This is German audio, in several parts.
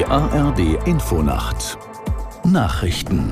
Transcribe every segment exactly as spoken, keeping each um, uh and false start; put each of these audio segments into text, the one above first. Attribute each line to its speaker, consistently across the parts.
Speaker 1: A R D Infonacht Nachrichten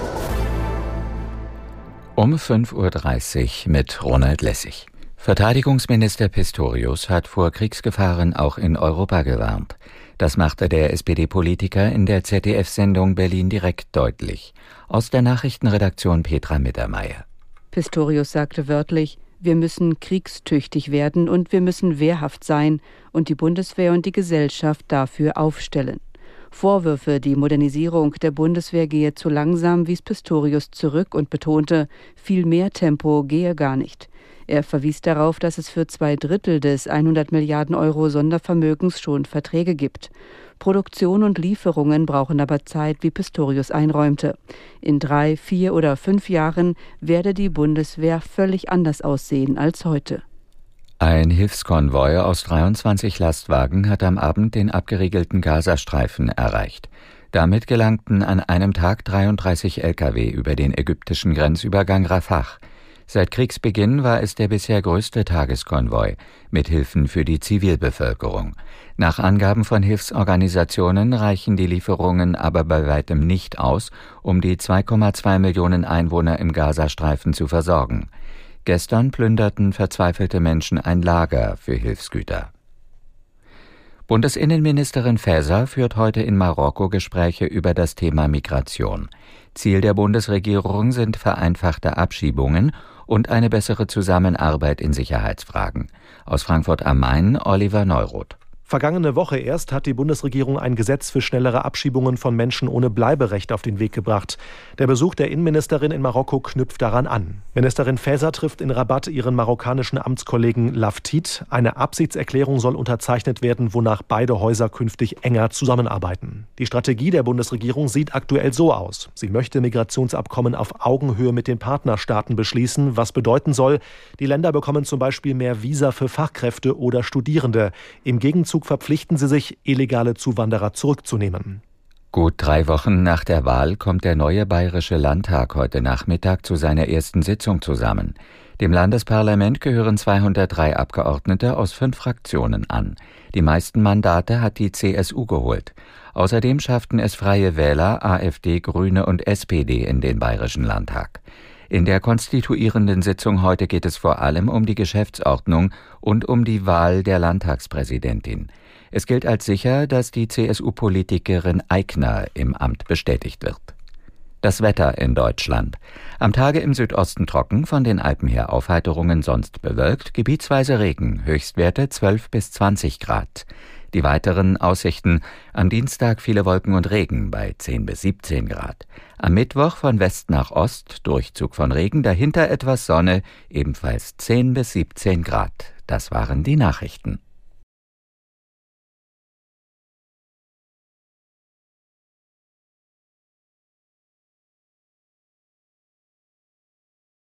Speaker 2: um fünf Uhr dreißig mit Ronald Lessig. Verteidigungsminister Pistorius hat vor Kriegsgefahren auch in Europa gewarnt. Das machte der S P D-Politiker in der Z D F-Sendung Berlin direkt deutlich. Aus der Nachrichtenredaktion Petra Mittermeier.
Speaker 3: Pistorius sagte wörtlich: Wir müssen kriegstüchtig werden und wir müssen wehrhaft sein und die Bundeswehr und die Gesellschaft dafür aufstellen. Vorwürfe, die Modernisierung der Bundeswehr gehe zu langsam, wies Pistorius zurück und betonte, viel mehr Tempo gehe gar nicht. Er verwies darauf, dass es für zwei Drittel des hundert Milliarden Euro Sondervermögens schon Verträge gibt. Produktion und Lieferungen brauchen aber Zeit, wie Pistorius einräumte. In drei, vier oder fünf Jahren werde die Bundeswehr völlig anders aussehen als heute.
Speaker 2: Ein Hilfskonvoi aus dreiundzwanzig Lastwagen hat am Abend den abgeriegelten Gazastreifen erreicht. Damit gelangten an einem Tag dreiunddreißig L K W über den ägyptischen Grenzübergang Rafah. Seit Kriegsbeginn war es der bisher größte Tageskonvoi mit Hilfen für die Zivilbevölkerung. Nach Angaben von Hilfsorganisationen reichen die Lieferungen aber bei weitem nicht aus, um die zwei Komma zwei Millionen Einwohner im Gazastreifen zu versorgen. Gestern plünderten verzweifelte Menschen ein Lager für Hilfsgüter. Bundesinnenministerin Faeser führt heute in Marokko Gespräche über das Thema Migration. Ziel der Bundesregierung sind vereinfachte Abschiebungen und eine bessere Zusammenarbeit in Sicherheitsfragen. Aus Frankfurt am Main, Oliver Neuroth.
Speaker 4: Vergangene Woche erst hat die Bundesregierung ein Gesetz für schnellere Abschiebungen von Menschen ohne Bleiberecht auf den Weg gebracht. Der Besuch der Innenministerin in Marokko knüpft daran an. Ministerin Faeser trifft in Rabat ihren marokkanischen Amtskollegen Laftit. Eine Absichtserklärung soll unterzeichnet werden, wonach beide Häuser künftig enger zusammenarbeiten. Die Strategie der Bundesregierung sieht aktuell so aus. Sie möchte Migrationsabkommen auf Augenhöhe mit den Partnerstaaten beschließen, was bedeuten soll, die Länder bekommen zum Beispiel mehr Visa für Fachkräfte oder Studierende. Im Gegenzug verpflichten sie sich, illegale Zuwanderer zurückzunehmen.
Speaker 2: Gut drei Wochen nach der Wahl kommt der neue Bayerische Landtag heute Nachmittag zu seiner ersten Sitzung zusammen. Dem Landesparlament gehören zweihundertdrei Abgeordnete aus fünf Fraktionen an. Die meisten Mandate hat die C S U geholt. Außerdem schafften es Freie Wähler, AfD, Grüne und S P D in den Bayerischen Landtag. In der konstituierenden Sitzung heute geht es vor allem um die Geschäftsordnung und um die Wahl der Landtagspräsidentin. Es gilt als sicher, dass die C S U-Politikerin Aigner im Amt bestätigt wird. Das Wetter in Deutschland. Am Tage im Südosten trocken, von den Alpen her Aufheiterungen, sonst bewölkt, gebietsweise Regen, Höchstwerte zwölf bis zwanzig Grad. Die weiteren Aussichten: am Dienstag viele Wolken und Regen bei zehn bis siebzehn Grad. Am Mittwoch von West nach Ost Durchzug von Regen, dahinter etwas Sonne, ebenfalls zehn bis siebzehn Grad. Das waren die Nachrichten.